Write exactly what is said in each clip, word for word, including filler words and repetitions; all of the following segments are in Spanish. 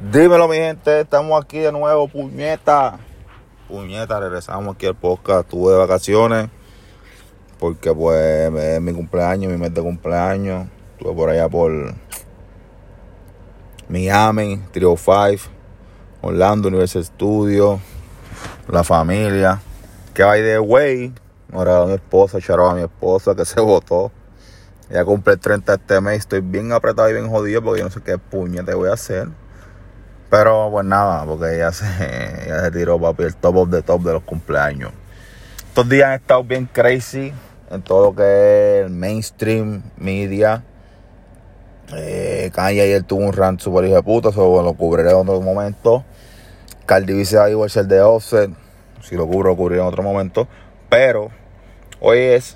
Dímelo, mi gente, estamos aquí de nuevo, puñeta. Puñeta, regresamos aquí al podcast. Estuve de vacaciones porque pues es mi cumpleaños, mi mes de cumpleaños. Estuve por allá por Miami, trescientos cinco, Orlando, Universal Studios, la familia. Que by the way, ahora a mi esposa, shout a mi esposa que se votó. Ya cumple el treinta este mes, estoy bien apretado y bien jodido porque yo no sé qué puñeta voy a hacer. Pero pues nada, porque ella se, ella se tiró, papi, el top of the top de los cumpleaños. Estos días han estado bien crazy en todo lo que es el mainstream media. Eh, Kanye ayer tuvo un rant super hijo de puta, eso lo cubriré en otro momento. Cardi B se va a igual el de Offset, si lo cubro, lo cubriré en otro momento. Pero hoy es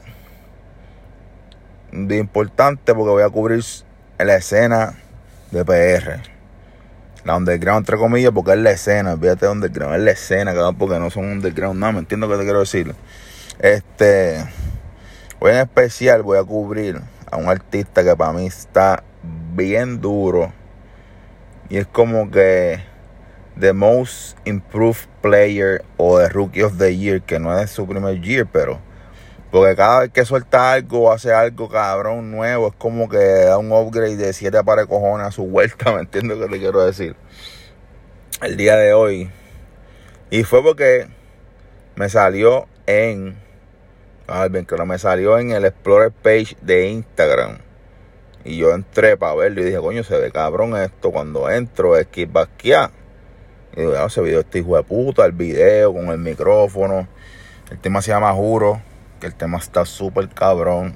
de importante porque voy a cubrir la escena de P R. La underground, entre comillas, porque es la escena. Olvídate de underground, es la escena, cabrón, porque no son underground nada. ¿Me entiendes lo que te quiero decir? Este, hoy en especial voy a cubrir a un artista que para mí está bien duro. Y es como que The Most Improved Player o The Rookie of the Year, que no es su primer year, pero porque cada vez que suelta algo o hace algo cabrón nuevo, es como que da un upgrade de siete pares de cojones a su vuelta. ¿Me entiendes lo que te quiero decir? El día de hoy. Y fue porque me salió en ay, bien, que no me salió en el Explorer page de Instagram. Y yo entré para verlo y dije, coño, se ve cabrón esto. Cuando entro es que basquear. Y digo, ya, ese video este hijo de puta, el video con el micrófono. El tema se llama Juro, que el tema está súper cabrón.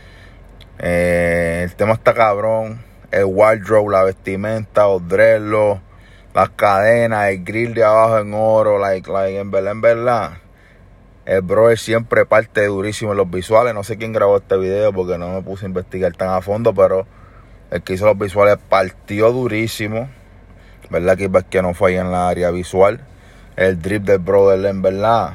Eh, el tema está cabrón. El wardrobe, la vestimenta, los dreadlocks, las cadenas, el grill de abajo en oro, like, like, en verdad, en verdad. El brother siempre parte durísimo en los visuales. No sé quién grabó este video porque no me puse a investigar tan a fondo, pero el que hizo los visuales partió durísimo. ¿Verdad? Que que no fue ahí en la área visual. El drip del brother, en verdad.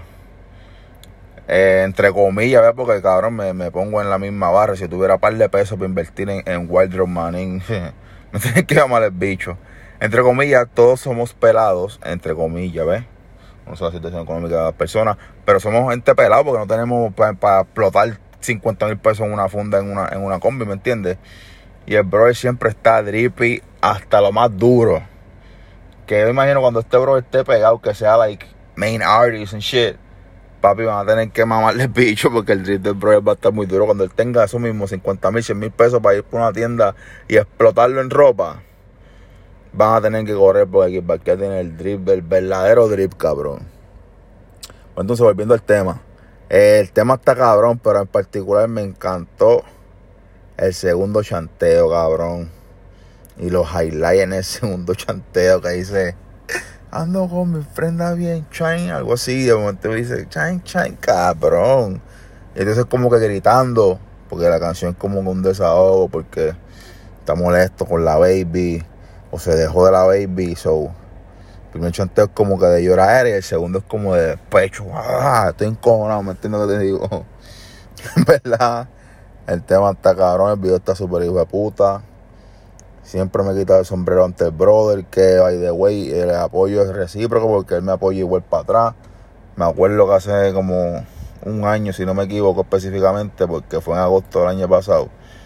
Eh, entre comillas, ¿ves? Porque cabrón, me, me pongo en la misma barra. Si tuviera un par de pesos para invertir en, en wardrobe, manín, me tiene que llamar el bicho. Entre comillas, todos somos pelados, entre comillas, ¿ves? No sé la situación económica de las personas, pero somos gente pelada porque no tenemos para pa explotar cincuenta mil pesos en una funda, en una, en una combi, ¿me entiendes? Y el brother siempre está drippy hasta lo más duro. Que yo imagino cuando este brother esté pegado, que sea like main artist and shit, papi, van a tener que mamarle el bicho porque el drip del brother va a estar muy duro. Cuando él tenga eso mismo, cincuenta mil, cien mil pesos para ir por una tienda y explotarlo en ropa, van a tener que correr porque aquí Basquiat tiene el drip, el verdadero drip, cabrón. Entonces, volviendo al tema. El tema está cabrón, pero en particular me encantó el segundo chanteo, cabrón. Y los highlights en el segundo chanteo que dice, ando con mi prenda bien, chain, algo así. De momento dice, chain, chain, cabrón. Y entonces como que gritando, porque la canción es como un desahogo, porque está molesto con la baby, o se dejó de la baby, so el primer chanteo es como que de llorar y el segundo es como de pecho. Ah, estoy encojonado, ¿me entiendes lo que te digo? En verdad, el tema está cabrón, el video está súper hijo de puta. Siempre me quita el sombrero ante el brother, que by the way, el apoyo es recíproco porque él me apoya igual para atrás. Me acuerdo que hace como un año, si no me equivoco específicamente, porque fue en agosto del año pasado,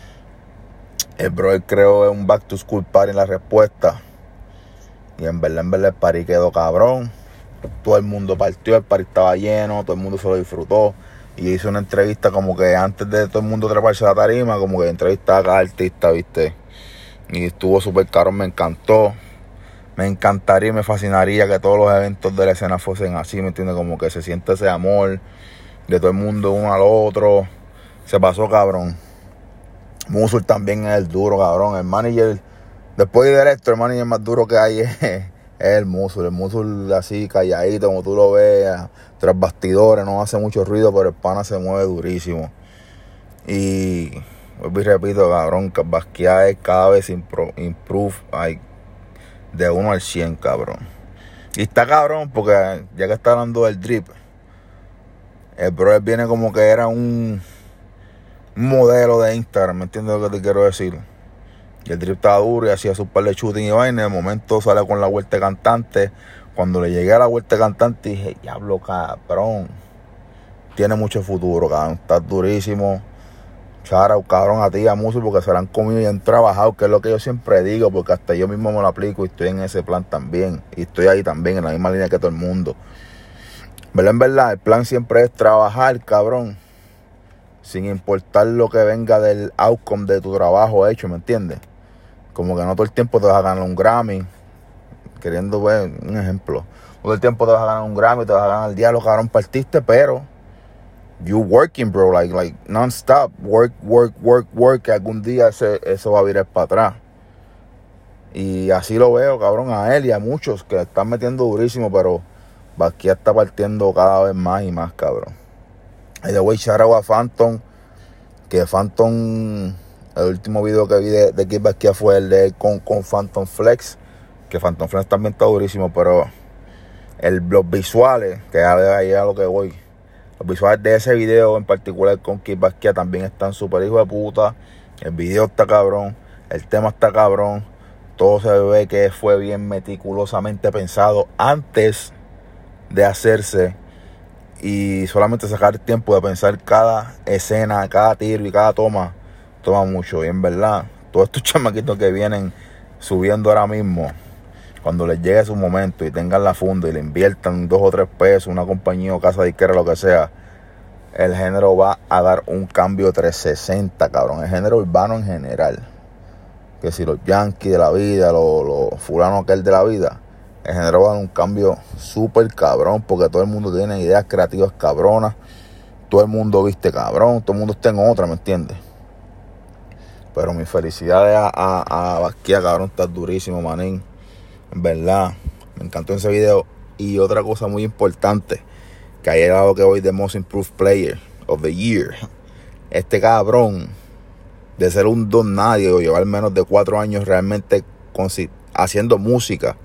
el brother creó un back to school party en La Respuesta. Y en verdad, en verdad, el party quedó cabrón. Todo el mundo partió, el party estaba lleno, todo el mundo se lo disfrutó. Y hice una entrevista como que antes de todo el mundo treparse a la tarima, como que entrevistaba a cada artista, ¿viste? Y estuvo súper cabrón, me encantó. Me encantaría y me fascinaría que todos los eventos de la escena fuesen así, ¿me entiendes? Como que se siente ese amor de todo el mundo uno al otro. Se pasó cabrón. Musul también es el duro, cabrón. El manager, después de esto, el manager más duro que hay es, es el Musul. El Musul así, calladito, como tú lo veas, tras bastidores, no hace mucho ruido, pero el pana se mueve durísimo. Y, vuelvo y repito, cabrón, que Basquiat es cada vez impro, improve, ay, de uno al cien, cabrón. Y está cabrón porque, ya que está hablando del drip, el brother viene como que era un... un modelo de Instagram, ¿me entiendes lo que te quiero decir? Y el drip estaba duro y hacía su par de shooting y vaina. De momento sale con la vuelta de cantante. Cuando le llegué a la vuelta de cantante dije, diablo, cabrón. Tiene mucho futuro, cabrón. Estás durísimo. Chara, cabrón, a ti y a Musu porque se la han comido y han trabajado, que es lo que yo siempre digo, porque hasta yo mismo me lo aplico y estoy en ese plan también. Y estoy ahí también, en la misma línea que todo el mundo. ¿Verdad? En verdad, el plan siempre es trabajar, cabrón. Sin importar lo que venga del outcome de tu trabajo hecho, ¿me entiendes? Como que no todo el tiempo te vas a ganar un Grammy. Queriendo ver un ejemplo. Todo el tiempo te vas a ganar un Grammy, te vas a ganar el diablo, cabrón, partiste, pero you working, bro, like, like non-stop, work, work, work, work, que algún día ese, eso va a virar para atrás. Y así lo veo, cabrón, a él y a muchos que están metiendo durísimo, pero Basquiat está partiendo cada vez más y más, cabrón. Y de way, shout out a Phantom, que Phantom, el último video que vi de, de Kid Basquiat fue el de con, con Phantom Flex, que Phantom Flex también está durísimo, pero el, los visuales, que ya veo ahí a lo que voy, los visuales de ese video en particular con Kid Basquiat también están súper hijo de puta. El video está cabrón, el tema está cabrón, todo se ve que fue bien meticulosamente pensado antes de hacerse y solamente sacar tiempo de pensar cada escena, cada tiro y cada toma, toma mucho. Y en verdad, todos estos chamaquitos que vienen subiendo ahora mismo, cuando les llegue su momento y tengan la funda y le inviertan dos o tres pesos, una compañía o casa disquera, lo que sea, el género va a dar un cambio trescientos sesenta, cabrón. El género urbano en general. Que si los Yankees de la vida, los, los fulanos aquel de la vida, el género va a dar un cambio súper cabrón, porque todo el mundo tiene ideas creativas cabronas, todo el mundo viste cabrón, todo el mundo está en otra, ¿me entiendes? Pero mis felicidades a, a, a Basquiat, cabrón, está durísimo, manín. En verdad, me encantó ese video. Y otra cosa muy importante, que ayer era lo que hoy de Most Improved Player of the Year. Este cabrón, de ser un don nadie o llevar menos de cuatro años realmente haciendo música,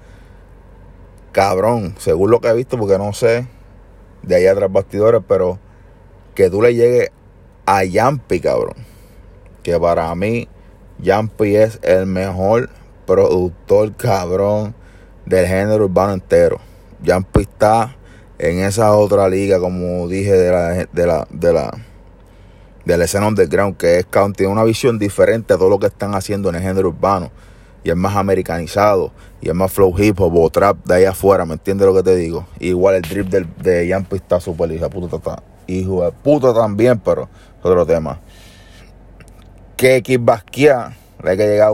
cabrón, según lo que he visto, porque no sé de allá tras bastidores, pero que tú le llegues a Yampi, cabrón, que para mí Yampi es el mejor productor, cabrón, del género urbano entero. Yampi está en esa otra liga, como dije, de la de la de la de la escena underground, que es country, tiene una visión diferente a todo lo que están haciendo en el género urbano, y es más americanizado, y es más flow hip hop o trap de ahí afuera, ¿me entiendes lo que te digo? Igual el drip del, de Yampi está súper hijo de puta, está, hijo de puta también, pero es otro tema. Que Kid Basquiat le hay que llegar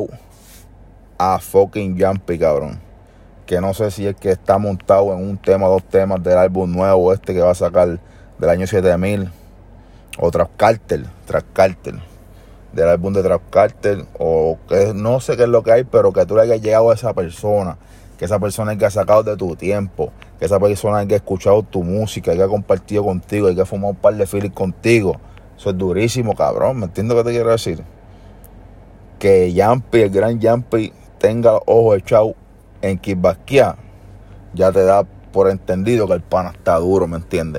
a fucking Yampi, cabrón. Que no sé si es que está montado en un tema, dos temas del álbum nuevo este que va a sacar del año siete mil. O Trap Cartel, Trap Cartel. Del álbum de Trap Cartel. O que no sé qué es lo que hay, pero que tú le hayas llegado a esa persona. Que esa persona hay que ha sacado de tu tiempo. Que esa persona hay que ha escuchado tu música, hay que ha compartido contigo, hay que ha fumado un par de feelings contigo. Eso es durísimo, cabrón. ¿Me entiendes lo que te quiero decir? Que Yampi, el gran Yampi, tenga los ojos echados en Kid Basquiat, ya te da por entendido que el pana está duro, ¿me entiendes?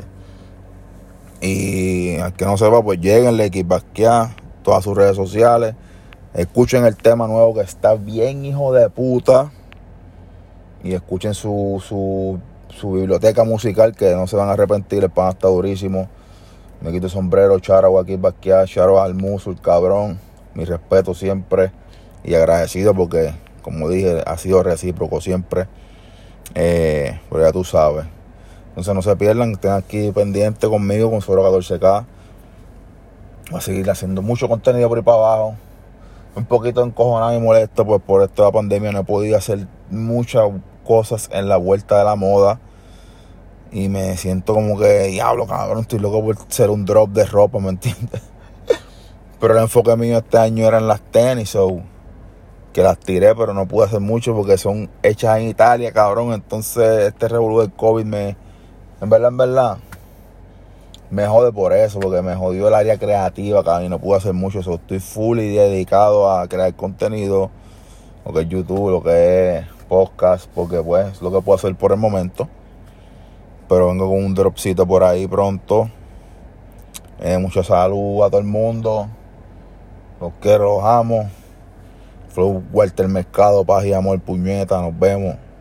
Y al que no sepa, pues lleguenle Kid Basquiat, todas sus redes sociales, escuchen el tema nuevo que está bien hijo de puta, y escuchen su, su, su biblioteca musical, que no se van a arrepentir, el pana está durísimo. Me quito el sombrero, charo a Kid Basquiat, charo al Musu, el cabrón, mi respeto siempre y agradecido porque, como dije, ha sido recíproco siempre. Eh, pero ya tú sabes. Entonces no se pierdan, estén aquí pendientes conmigo con Soro catorce K. Voy a seguir haciendo mucho contenido por ahí para abajo. Un poquito encojonado y molesto, pues por esto de la pandemia no he podido hacer muchas cosas en la vuelta de la moda. Y me siento como que, diablo, cabrón, estoy loco por ser un drop de ropa, ¿me entiendes? Pero el enfoque mío este año eran las tenis, so, que las tiré, pero no pude hacer mucho porque son hechas en Italia, cabrón. Entonces este revolú del COVID me, en verdad, en verdad, me jode por eso, porque me jodió el área creativa, cabrón, y no pude hacer mucho. So, estoy full y dedicado a crear contenido, lo que es YouTube, lo que es podcast, porque pues es lo que puedo hacer por el momento. Pero vengo con un dropcito por ahí pronto. Eh, mucha salud a todo el mundo. Los quiero, los amo. Flow Walter Mercado, paz y amor, puñeta, nos vemos.